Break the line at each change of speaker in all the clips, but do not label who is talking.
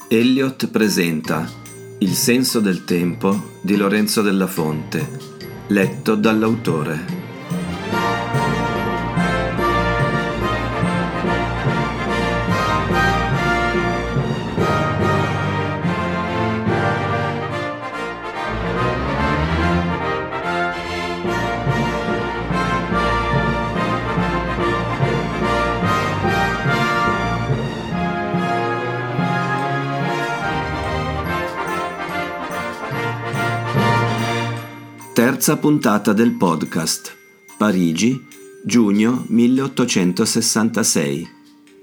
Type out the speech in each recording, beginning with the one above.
Eliot presenta Il senso del tempo di Lorenzo Della Fonte, letto dall'autore. Terza puntata del podcast. Parigi, giugno 1866.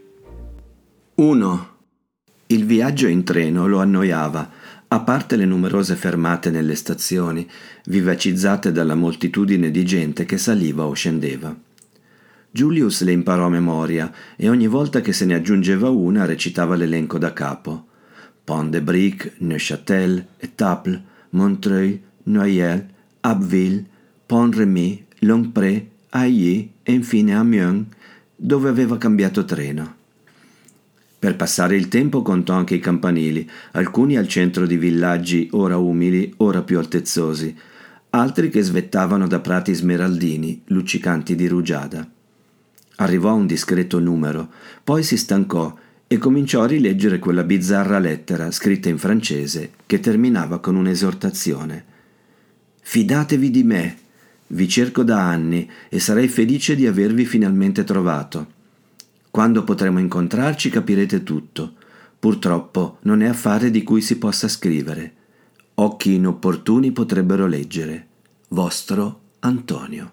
1. Il viaggio in treno lo annoiava, a parte le numerose fermate nelle stazioni, vivacizzate dalla moltitudine di gente che saliva o scendeva. Julius le imparò a memoria e ogni volta che se ne aggiungeva una recitava l'elenco da capo. Pont-de-Brique, Neuchâtel, Étaples, Montreuil, Noyelles, Abbeville, Pont-Remy, Longpré, Ailly e infine Amiens, dove aveva cambiato treno. Per passare il tempo contò anche i campanili, alcuni al centro di villaggi ora umili, ora più altezzosi, altri che svettavano da prati smeraldini, luccicanti di rugiada. Arrivò a un discreto numero, poi si stancò e cominciò a rileggere quella bizzarra lettera scritta in francese che terminava con un'esortazione. «Fidatevi di me, vi cerco da anni e sarei felice di avervi finalmente trovato. Quando potremo incontrarci capirete tutto. Purtroppo non è affare di cui si possa scrivere. Occhi inopportuni potrebbero leggere. Vostro Antonio».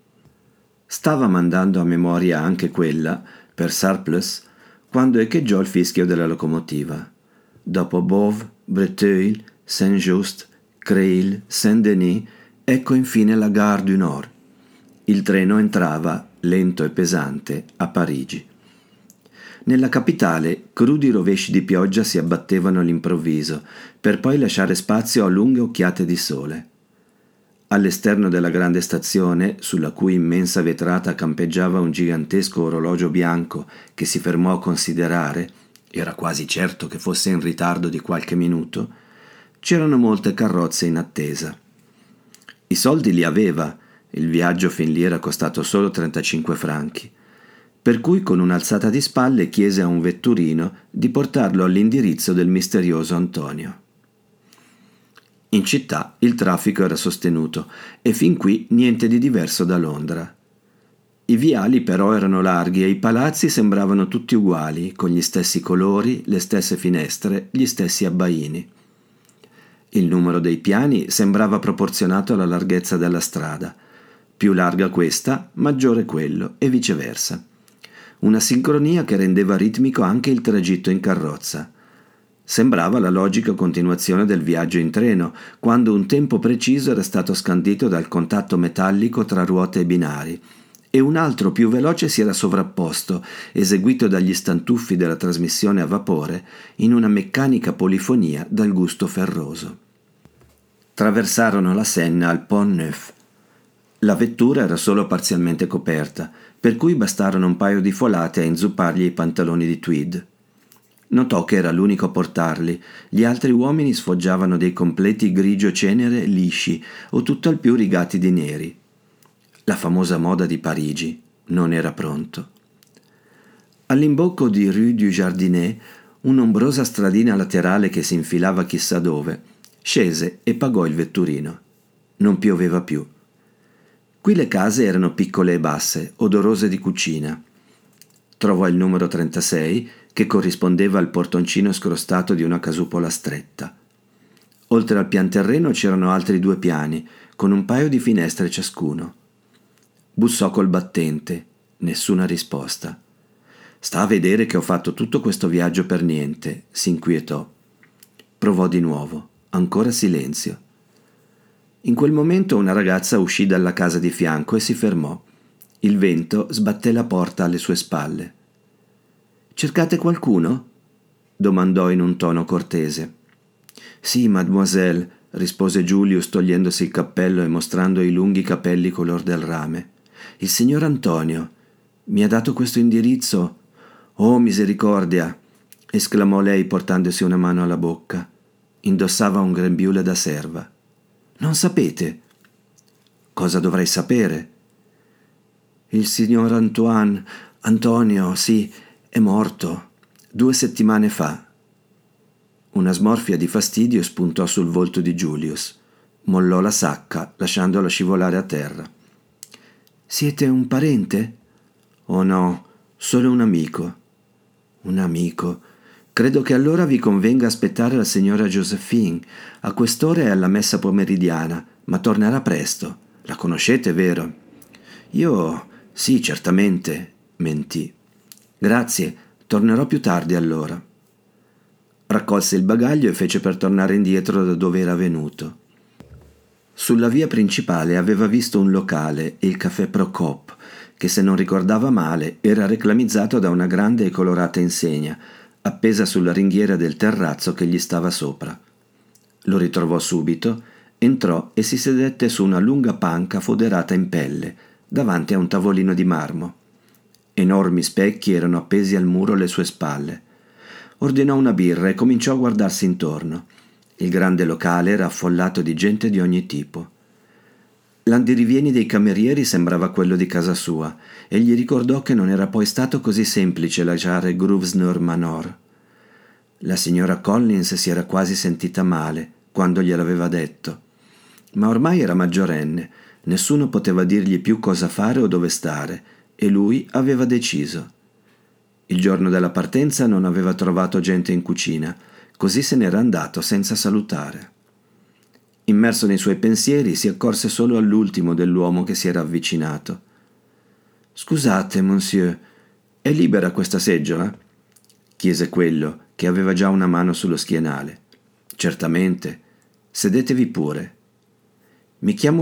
Stava mandando a memoria anche quella, per surplus, quando echeggiò il fischio della locomotiva. Dopo Beauvais, Breteuil, Saint-Just, Creil, Saint-Denis, ecco infine la Gare du Nord. Il treno entrava, lento e pesante, a Parigi. Nella capitale, crudi rovesci di pioggia si abbattevano all'improvviso, per poi lasciare spazio a lunghe occhiate di sole. All'esterno della grande stazione, sulla cui immensa vetrata campeggiava un gigantesco orologio bianco che si fermò a considerare, era quasi certo che fosse in ritardo di qualche minuto, c'erano molte carrozze in attesa. I soldi li aveva, il viaggio fin lì era costato solo 35 franchi, per cui con un'alzata di spalle chiese a un vetturino di portarlo all'indirizzo del misterioso Antonio. In città il traffico era sostenuto e fin qui niente di diverso da Londra. I viali però erano larghi e i palazzi sembravano tutti uguali, con gli stessi colori, le stesse finestre, gli stessi abbaini. Il numero dei piani sembrava proporzionato alla larghezza della strada. Più larga questa, maggiore quello, e viceversa. Una sincronia che rendeva ritmico anche il tragitto in carrozza. Sembrava la logica continuazione del viaggio in treno, quando un tempo preciso era stato scandito dal contatto metallico tra ruote e binari, e un altro più veloce si era sovrapposto, eseguito dagli stantuffi della trasmissione a vapore, in una meccanica polifonia dal gusto ferroso. Traversarono la Senna al Pont Neuf. La vettura era solo parzialmente coperta, per cui bastarono un paio di folate a inzuppargli i pantaloni di tweed. Notò che era l'unico a portarli, gli altri uomini sfoggiavano dei completi grigio cenere lisci o tutt'al più rigati di neri. La famosa moda di Parigi non era pronto. All'imbocco di Rue du Jardinet, un'ombrosa stradina laterale che si infilava chissà dove, scese e pagò il vetturino. Non pioveva più. Qui le case erano piccole e basse, odorose di cucina. Trovò il numero 36, che corrispondeva al portoncino scrostato di una casupola stretta. Oltre al pian terreno c'erano altri 2 piani, con un paio di finestre ciascuno. Bussò col battente, nessuna risposta. «Sta a vedere che ho fatto tutto questo viaggio per niente», si inquietò. Provò di nuovo, ancora silenzio. In quel momento una ragazza uscì dalla casa di fianco e si fermò. Il vento sbatté la porta alle sue spalle. «Cercate qualcuno?» domandò in un tono cortese. «Sì, mademoiselle», rispose Julius togliendosi il cappello e mostrando i lunghi capelli color del rame. «Il signor Antonio mi ha dato questo indirizzo». «Oh, misericordia!» esclamò lei portandosi una mano alla bocca. Indossava un grembiule da serva. Non sapete? Cosa dovrei sapere? Il signor Antonio, sì, è morto 2 settimane fa. Una smorfia di fastidio spuntò sul volto di Julius. Mollò la sacca, lasciandolo scivolare a terra. Siete un parente? Oh no, solo un amico. Un amico. Credo che allora vi convenga aspettare la signora Josephine. A quest'ora è alla messa pomeridiana, ma tornerà presto. La conoscete, vero? Io, sì, certamente, mentì. Grazie, tornerò più tardi allora. Raccolse il bagaglio e fece per tornare indietro da dove era venuto. Sulla via principale aveva visto un locale, il caffè Procop, che se non ricordava male era reclamizzato da una grande e colorata insegna, appesa sulla ringhiera del terrazzo che gli stava sopra. Lo ritrovò subito, entrò e si sedette su una lunga panca foderata in pelle, davanti a un tavolino di marmo. Enormi specchi erano appesi al muro alle sue spalle. Ordinò una birra e cominciò a guardarsi intorno. Il grande locale era affollato di gente di ogni tipo. L'andirivieni dei camerieri sembrava quello di casa sua e gli ricordò che non era poi stato così semplice lasciare Grosvenor Manor. La signora Collins si era quasi sentita male quando gliel'aveva detto, ma ormai era maggiorenne, nessuno poteva dirgli più cosa fare o dove stare e lui aveva deciso. Il giorno della partenza non aveva trovato gente in cucina, così se n'era andato senza salutare. Immerso nei suoi pensieri, si accorse solo all'ultimo dell'uomo che si era avvicinato. «Scusate, monsieur, è libera questa seggiola?» chiese quello, che aveva già una mano sullo schienale. «Certamente. Sedetevi pure». «Mi chiamo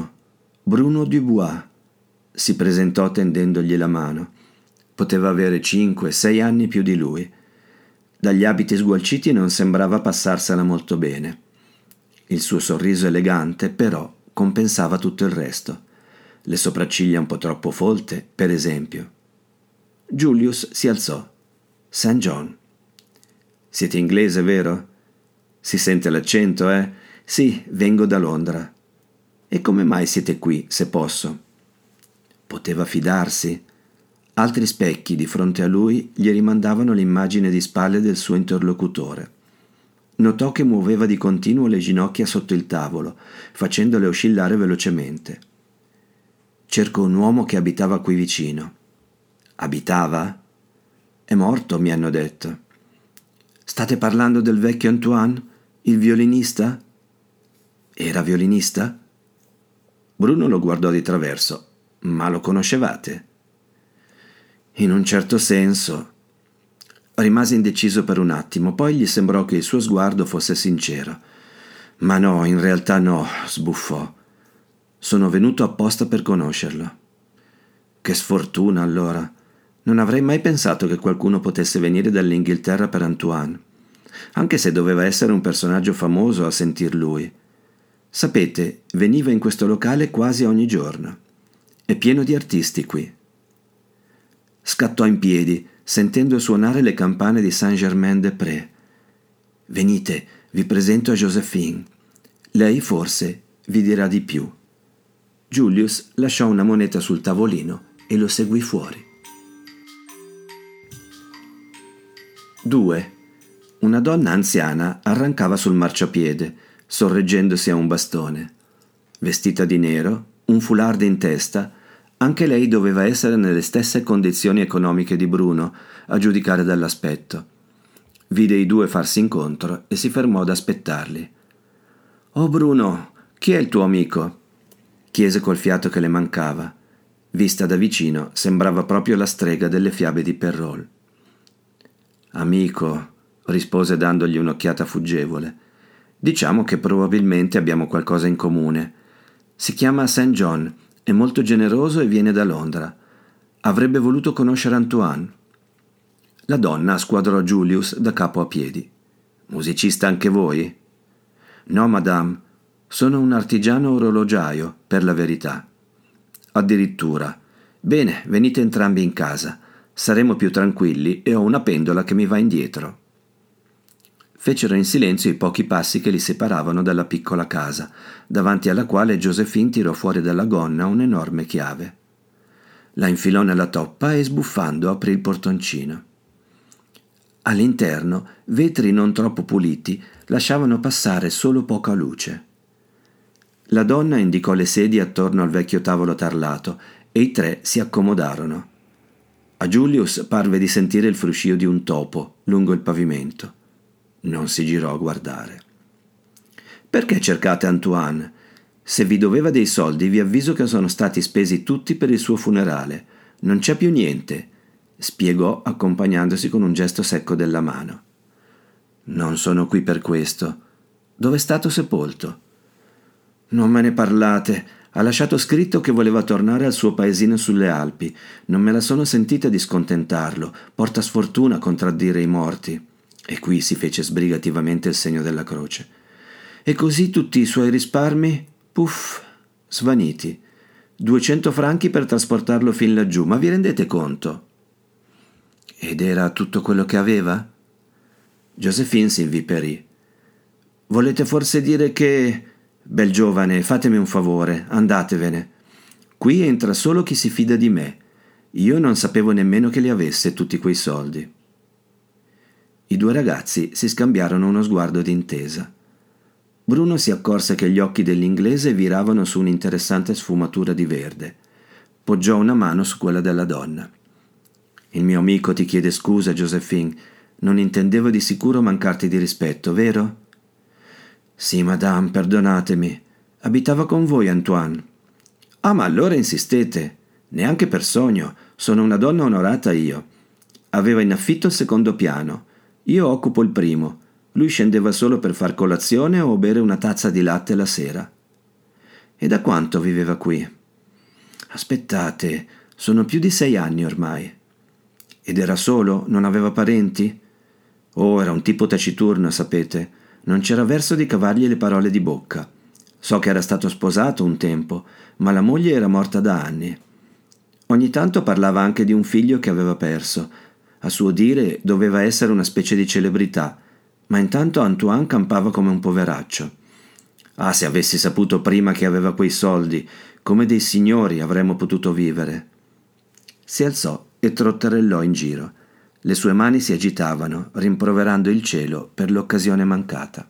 Bruno Dubois», si presentò tendendogli la mano. Poteva avere 5-6 anni più di lui. Dagli abiti sgualciti non sembrava passarsela molto bene. Il suo sorriso elegante, però, compensava tutto il resto. Le sopracciglia un po' troppo folte, per esempio. Julius si alzò. St. John. Siete inglese, vero? Si sente l'accento, eh? Sì, vengo da Londra. E come mai siete qui, se posso? Poteva fidarsi? Altri specchi di fronte a lui gli rimandavano l'immagine di spalle del suo interlocutore. Notò che muoveva di continuo le ginocchia sotto il tavolo, facendole oscillare velocemente. «Cerco un uomo che abitava qui vicino». «Abitava?» «È morto, mi hanno detto». «State parlando del vecchio Antoine, il violinista?» «Era violinista?» Bruno lo guardò di traverso. «Ma lo conoscevate?» «In un certo senso». Rimase indeciso per un attimo, poi gli sembrò che il suo sguardo fosse sincero. «Ma no, in realtà no», sbuffò. «Sono venuto apposta per conoscerlo». «Che sfortuna, allora. Non avrei mai pensato che qualcuno potesse venire dall'Inghilterra per Antoine, anche se doveva essere un personaggio famoso a sentir lui. Sapete, veniva in questo locale quasi ogni giorno. È pieno di artisti qui». Scattò in piedi, sentendo suonare le campane di Saint-Germain-des-Prés. «Venite, vi presento a Josephine. Lei forse vi dirà di più». Julius lasciò una moneta sul tavolino e lo seguì fuori. 2. Una donna anziana arrancava sul marciapiede, sorreggendosi a un bastone. Vestita di nero, un foulard in testa, anche lei doveva essere nelle stesse condizioni economiche di Bruno, a giudicare dall'aspetto. Vide i due farsi incontro e si fermò ad aspettarli. «Oh Bruno, chi è il tuo amico?» chiese col fiato che le mancava. Vista da vicino, sembrava proprio la strega delle fiabe di Perrault. «Amico», rispose dandogli un'occhiata fuggevole. «Diciamo che probabilmente abbiamo qualcosa in comune. Si chiama St. John, è molto generoso e viene da Londra. Avrebbe voluto conoscere Antoine». La donna squadrò Julius da capo a piedi. «Musicista anche voi?» «No, madame. Sono un artigiano orologiaio, per la verità». «Addirittura. Bene, venite entrambi in casa. Saremo più tranquilli e ho una pendola che mi va indietro». Fecero in silenzio i pochi passi che li separavano dalla piccola casa, davanti alla quale Josephine tirò fuori dalla gonna un'enorme chiave. La infilò nella toppa e, sbuffando, aprì il portoncino. All'interno, vetri non troppo puliti lasciavano passare solo poca luce. La donna indicò le sedie attorno al vecchio tavolo tarlato e i tre si accomodarono. A Julius parve di sentire il fruscio di un topo lungo il pavimento. Non si girò a guardare. «Perché cercate Antoine? Se vi doveva dei soldi, vi avviso che sono stati spesi tutti per il suo funerale. Non c'è più niente», spiegò accompagnandosi con un gesto secco della mano. «Non sono qui per questo. Dove è stato sepolto?» «Non me ne parlate. Ha lasciato scritto che voleva tornare al suo paesino sulle Alpi. Non me la sono sentita di scontentarlo. Porta sfortuna contraddire i morti». E qui si fece sbrigativamente il segno della croce. «E così tutti i suoi risparmi, puff, svaniti. 200 franchi per trasportarlo fin laggiù, ma vi rendete conto?» «Ed era tutto quello che aveva?» Josephine si inviperì. «Volete forse dire che... Bel giovane, fatemi un favore, andatevene. Qui entra solo chi si fida di me. Io non sapevo nemmeno che li avesse tutti quei soldi». I due ragazzi si scambiarono uno sguardo d'intesa. Bruno si accorse che gli occhi dell'inglese viravano su un'interessante sfumatura di verde. Poggiò una mano su quella della donna. «Il mio amico ti chiede scusa, Josephine. Non intendevo di sicuro mancarti di rispetto, vero?» «Sì, madame, perdonatemi. Abitava con voi, Antoine». «Ah, ma allora insistete. Neanche per sogno. Sono una donna onorata io. Aveva in affitto il secondo piano. Io occupo il primo. Lui scendeva solo per far colazione o bere una tazza di latte la sera». «E da quanto viveva qui?» «Aspettate, sono più di 6 anni ormai». «Ed era solo? Non aveva parenti?» «Oh, era un tipo taciturno, sapete. Non c'era verso di cavargli le parole di bocca. So che era stato sposato un tempo, ma la moglie era morta da anni. Ogni tanto parlava anche di un figlio che aveva perso. A suo dire doveva essere una specie di celebrità, ma intanto Antoine campava come un poveraccio. Ah, se avessi saputo prima che aveva quei soldi, come dei signori avremmo potuto vivere». Si alzò e trotterellò in giro. Le sue mani si agitavano, rimproverando il cielo per l'occasione mancata.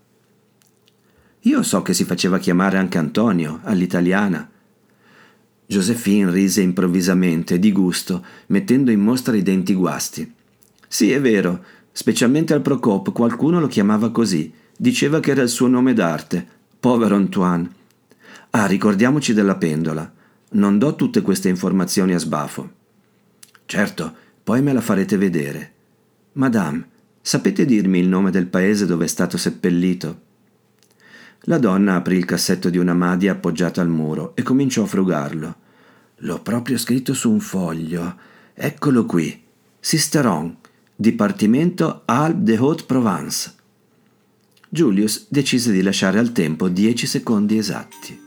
«Io so che si faceva chiamare anche Antonio, all'italiana». Josephine rise improvvisamente, di gusto, mettendo in mostra i denti guasti. «Sì, è vero, specialmente al Procop qualcuno lo chiamava così, diceva che era il suo nome d'arte. Povero Antoine. Ah, ricordiamoci della pendola. Non do tutte queste informazioni a sbafo». «Certo, poi me la farete vedere. Madame, sapete dirmi il nome del paese dove è stato seppellito?» La donna aprì il cassetto di una madia appoggiata al muro e cominciò a frugarlo. «L'ho proprio scritto su un foglio. Eccolo qui. Sisteron, Dipartimento Alpes-de-Haute-Provence». Julius decise di lasciare al tempo 10 secondi esatti.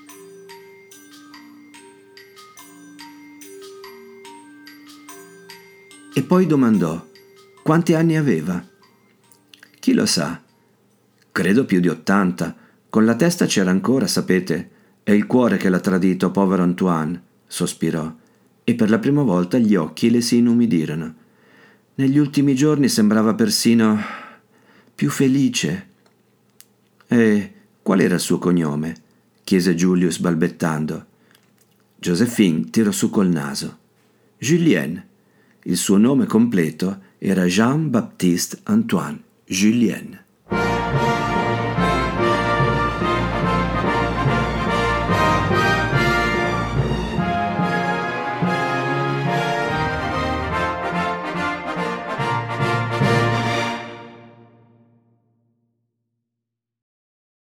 E poi domandò: «Quanti anni aveva?» «Chi lo sa? Credo più di 80. Con la testa c'era ancora, sapete. È il cuore che l'ha tradito, povero Antoine», sospirò, e per la prima volta gli occhi le si inumidirono. «Negli ultimi giorni sembrava persino più felice». «E qual era il suo cognome?» chiese Julius balbettando. Josephine tirò su col naso. «Julien. Il suo nome completo era Jean-Baptiste Antoine Julien».